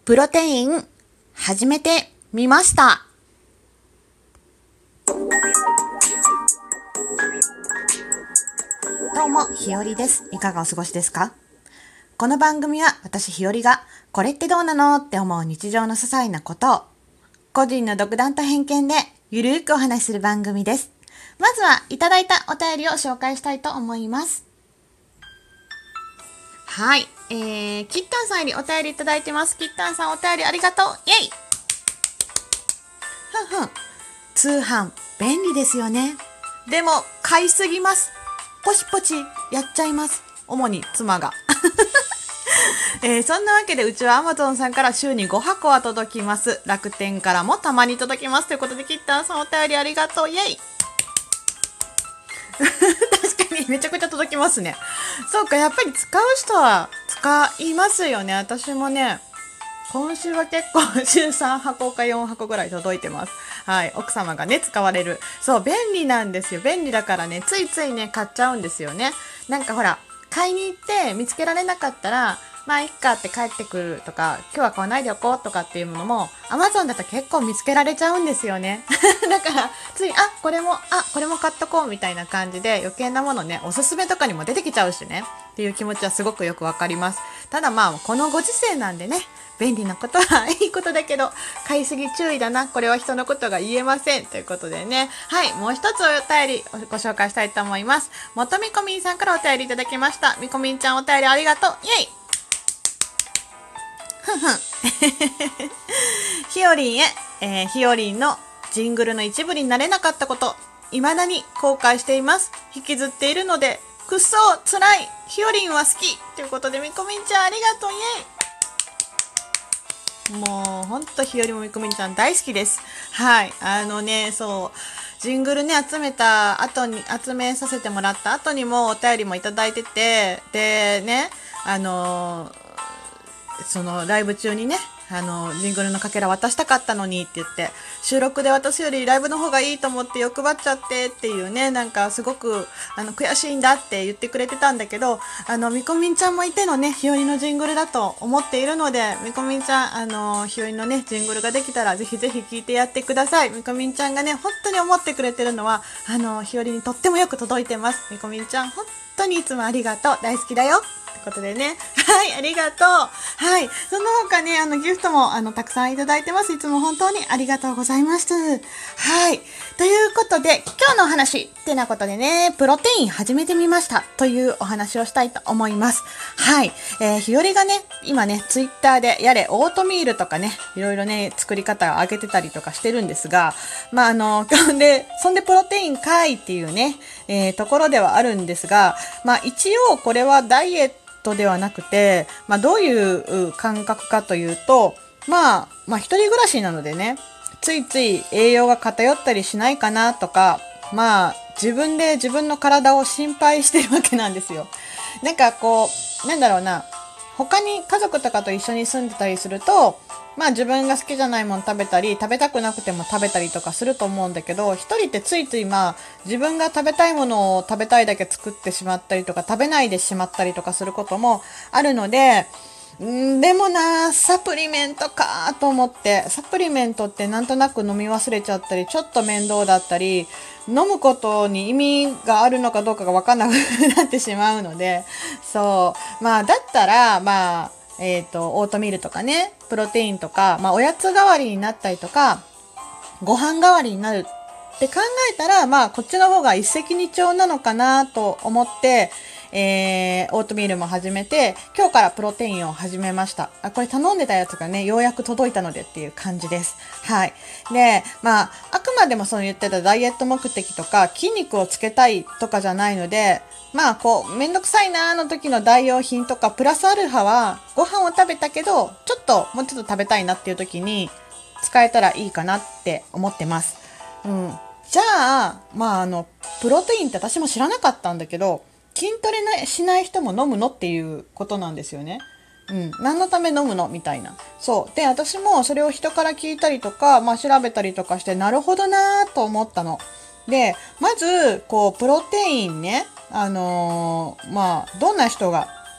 プロテイン始めてみました。どうも、ひよりです。いかがお過ごしですか？この番組は私ひよりがこれってどうなのって思う日常の些細なことを個人の独断と偏見でゆるーくお話しする番組です。まずはいただいたお便りを紹介したいと思います。はい、キッタンさんよりお便りいただいてます。キッタンさんお便りありがとう。イエイ。通販便利ですよね。でも買いすぎます。ポチポチやっちゃいます。主に妻がそんなわけでうちは Amazon さんから週に5箱は届きます。楽天からもたまに届きますということで、キッタンさんお便りありがとう。イエイ確かにめちゃくちゃ届きますね。そうか、やっぱり使う人は使いますよね。私もね、今週は結構週3箱か4箱ぐらい届いてます。はい、奥様がね使われる。そう、便利なんですよ。便利だからね、ついついね買っちゃうんですよね。なんかほら、買いに行って見つけられなかったらまあいっかって帰ってくるとか、今日は買わないでおこうとかっていうものも Amazon だと結構見つけられちゃうんですよねだからついこれも買っとこうみたいな感じで、余計なものね、おすすめとかにも出てきちゃうしねっていう気持ちはすごくよくわかります。ただまあこのご時世なんでね、便利なことはいいことだけど買いすぎ注意だな、これは人のことが言えませんということでね。はい、もう一つお便りご紹介したいと思います。元みこみんさんからお便りいただきました。みこみんちゃんお便りありがとう。イエイひよりんへ、ひよりんのジングルの一部になれなかったこと、未だに後悔しています。引きずっているのでくっそつらい。ひよりんは好きということで、みこみんちゃんありがとう。イエイ。もうほんとひよりもみこみんちゃん大好きです。はい、そうジングルね集めさせてもらった後にもお便りもいただいてて、でね、そのライブ中にね、ジングルのかけら渡したかったのにって言って、収録で渡すよりライブの方がいいと思って欲張っちゃってっていうね、なんかすごく悔しいんだって言ってくれてたんだけど、みこみんちゃんもいてのね、ひよりのジングルだと思っているので、みこみんちゃんひよりのねジングルができたらぜひぜひ聞いてやってください。みこみんちゃんがね本当に思ってくれてるのはひよりにとってもよく届いてます。みこみんちゃん本当にいつもありがとう、大好きだよということでね、はい、ありがとう。はい、その他ね、ギフトもたくさんいただいてます。いつも本当にありがとうございます。はい、ということで今日のお話ってなことでね、プロテイン始めてみましたというお話をしたいと思います。はい、ひよりがね今ねツイッターでやれオートミールとかね、いろいろね作り方を上げてたりとかしてるんですが、まあそんでプロテインかいっていうね、ところではあるんですが、まあ一応これはダイエットではなくて、まあどういう感覚かというと、まあ一人暮らしなのでね、ついつい栄養が偏ったりしないかなとか、まあ自分で自分の体を心配してるわけなんですよ。なんかこう、なんだろうな、他に家族とかと一緒に住んでたりすると、まあ自分が好きじゃないもの食べたり、食べたくなくても食べたりとかすると思うんだけど、一人ってついついまあ自分が食べたいものを食べたいだけ作ってしまったりとか、食べないでしまったりとかすることもあるので、でもな、サプリメントかと思って、サプリメントってなんとなく飲み忘れちゃったり、ちょっと面倒だったり、飲むことに意味があるのかどうかが分かんなくなってしまうので、そう、まあだったら、まあ、オートミールとかね、プロテインとか、まあおやつ代わりになったりとか、ご飯代わりになるって考えたら、まあこっちの方が一石二鳥なのかなと思って、オートミールも始めて、今日からプロテインを始めました。これ頼んでたやつがね、ようやく届いたのでっていう感じです。はい。で、まあ、あくまでもそう言ってたダイエット目的とか、筋肉をつけたいとかじゃないので、まあ、こう、めんどくさいなーの時の代用品とか、プラスアルファは、ご飯を食べたけど、もうちょっと食べたいなっていう時に、使えたらいいかなって思ってます。うん。じゃあ、まあ、プロテインって私も知らなかったんだけど、筋トレしない人も飲むのっていうことなんですよね。うん、何のため飲むのみたいな。そうで、私もそれを人から聞いたりとか、まあ、調べたりとかして、なるほどなーと思ったので、まずこうプロテインね、まあどんな人が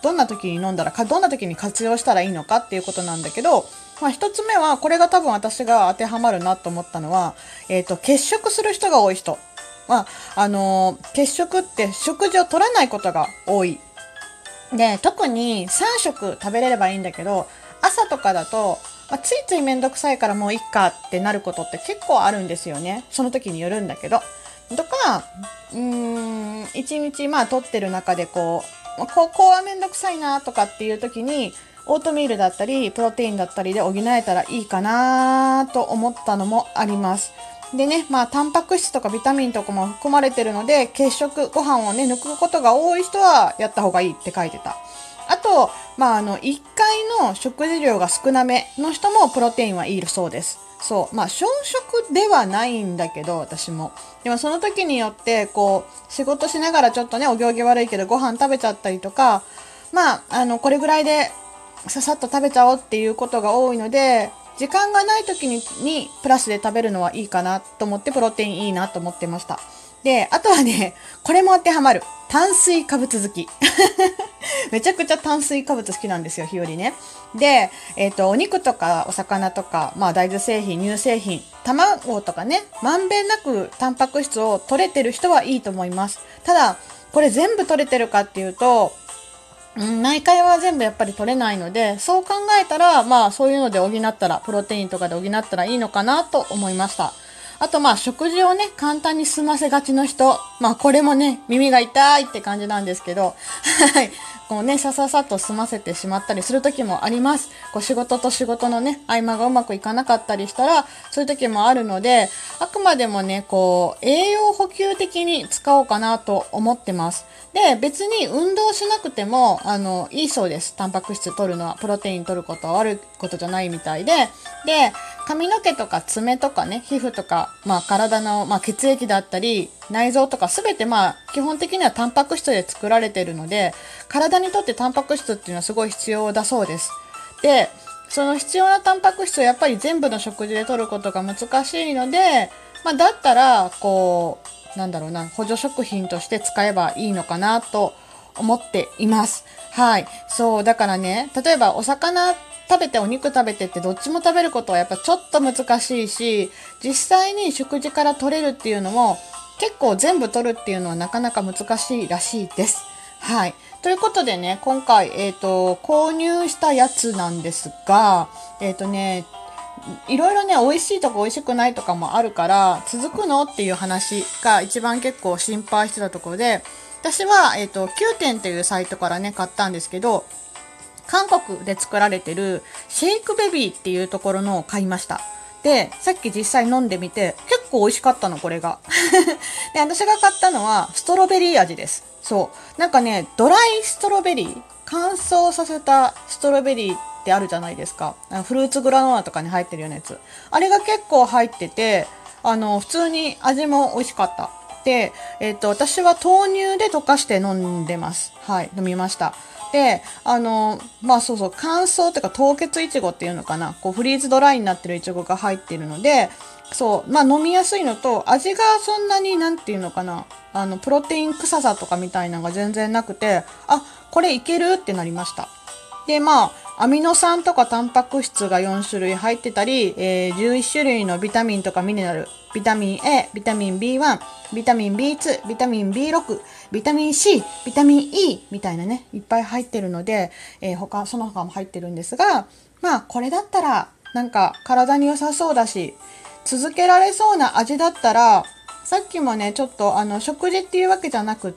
どんな時に飲んだらどんな時に活用したらいいのかっていうことなんだけど、一つ目はこれが多分私が当てはまるなと思ったのは、欠食する人が多い人。欠食って食事を取らないことが多い。で、特に3食食べれればいいんだけど、朝とかだと、ついついめんどくさいからもういっかってなることって結構あるんですよね。その時によるんだけど。とか、一日取ってる中でこうはめんどくさいなとかっていう時に、オートミールだったり、プロテインだったりで補えたらいいかなと思ったのもあります。でね、タンパク質とかビタミンとかも含まれてるので、欠食、ご飯をね、抜くことが多い人はやった方がいいって書いてた。あと、1回の食事量が少なめの人もプロテインはいいそうです。そう。小食ではないんだけど、私も。でもその時によって、仕事しながらちょっとね、お行儀悪いけどご飯食べちゃったりとか、これぐらいでささっと食べちゃおうっていうことが多いので、時間がない時にプラスで食べるのはいいかなと思って、プロテインいいなと思ってました。で、あとはね、これも当てはまる。炭水化物好き。めちゃくちゃ炭水化物好きなんですよ、日和ね。で、お肉とかお魚とか、大豆製品、乳製品、卵とかね、まんべんなくタンパク質を取れてる人はいいと思います。ただ、これ全部取れてるかっていうと、毎回は全部やっぱり取れないので、そう考えたら、そういうので補ったら、プロテインとかで補ったらいいのかなと思いました。あと食事をね、簡単に済ませがちの人。これもね、耳が痛いって感じなんですけど、はい。こうね、ささっと済ませてしまったりする時もあります。仕事と仕事のね、合間がうまくいかなかったりしたら、そういう時もあるので、あくまでもね、栄養補給的に使おうかなと思ってます。で、別に運動しなくても、いいそうです。タンパク質取るのは、プロテイン取ることは悪いことじゃないみたいで、で、髪の毛とか爪とかね、皮膚とか、体の、血液だったり、内臓とかすべて基本的にはタンパク質で作られているので、体にとってタンパク質っていうのはすごい必要だそうです。で、その必要なタンパク質をやっぱり全部の食事で取ることが難しいので、だったら、補助食品として使えばいいのかなと思っています。はい。そう、だからね、例えばお魚食べてお肉食べてってどっちも食べることはやっぱちょっと難しいし、実際に食事から取れるっていうのも結構全部取るっていうのはなかなか難しいらしいです。はい。ということでね、今回、購入したやつなんですが、いろいろね、美味しいとか美味しくないとかもあるから、続くのっていう話が一番結構心配してたところで、私は、9点というサイトからね、買ったんですけど、韓国で作られてるシェイクベビーっていうところのを買いました。で、さっき実際飲んでみて、結構美味しかったの、これが。で、私が買ったのは、ストロベリー味です。そう。なんかね、ドライストロベリー、乾燥させたストロベリーってあるじゃないですか。フルーツグラノーラとかに入ってるようなやつ。あれが結構入ってて、普通に味も美味しかった。で、私は豆乳で溶かして飲んでます。はい、飲みました。で、そうそう、乾燥っていうか凍結いちごっていうのかな。フリーズドライになってるいちごが入ってるので、そう、飲みやすいのと、味がそんなになんていうのかな。プロテイン臭さとかみたいなのが全然なくて、これいけるってなりました。で、アミノ酸とかタンパク質が4種類入ってたり、11種類のビタミンとかミネラル、ビタミン A、ビタミン B1、ビタミン B2、ビタミン B6、ビタミン C、ビタミン E みたいなね、いっぱい入ってるので、その他も入ってるんですが、これだったら、なんか体に良さそうだし、続けられそうな味だったら、さっきもね、ちょっと食事っていうわけじゃなくって、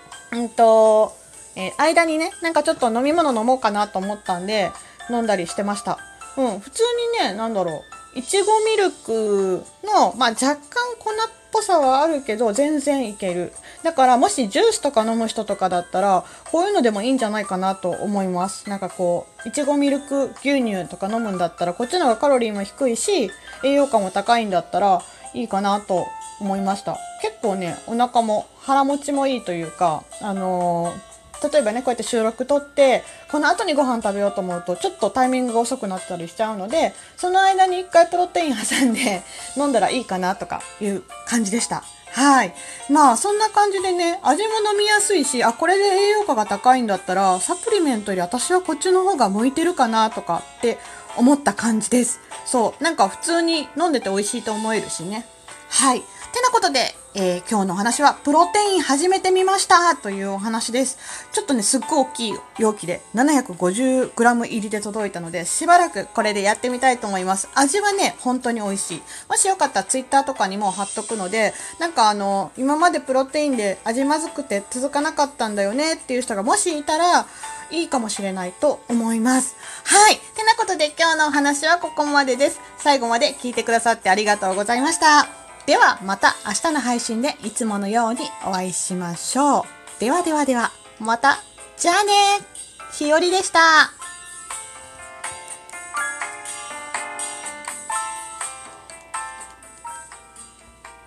間にね、なんかちょっと飲み物飲もうかなと思ったんで、飲んだりしてました。普通にね、いちごミルクの、若干粉っぽさはあるけど、全然いける。だから、もしジュースとか飲む人とかだったら、こういうのでもいいんじゃないかなと思います。いちごミルク牛乳とか飲むんだったら、こっちの方がカロリーも低いし、栄養価も高いんだったら、いいかなと思いました。結構ね、お腹も、腹持ちもいいというか、例えばね、こうやって収録撮って、この後にご飯食べようと思うと、ちょっとタイミングが遅くなったりしちゃうので、その間に一回プロテイン挟んで飲んだらいいかなとかいう感じでした。 はい。まあ、そんな感じでね、味も飲みやすいし、あ、これで栄養価が高いんだったら、サプリメントより私はこっちの方が向いてるかなとかって思った感じです。そう。なんか普通に飲んでて美味しいと思えるしね。はい。てなことで、今日のお話は、プロテイン始めてみましたというお話です。ちょっとね、すっごい大きい容器で 750g 入りで届いたので、しばらくこれでやってみたいと思います。味はね、本当に美味しい。もしよかったら Twitter とかにも貼っとくので、なんか今までプロテインで味まずくて続かなかったんだよねっていう人がもしいたら、いいかもしれないと思います。はい。てなことで今日のお話はここまでです。最後まで聞いてくださってありがとうございました。ではまた明日の配信でいつものようにお会いしましょう。ではではでは、また。じゃあね。ひよりでした。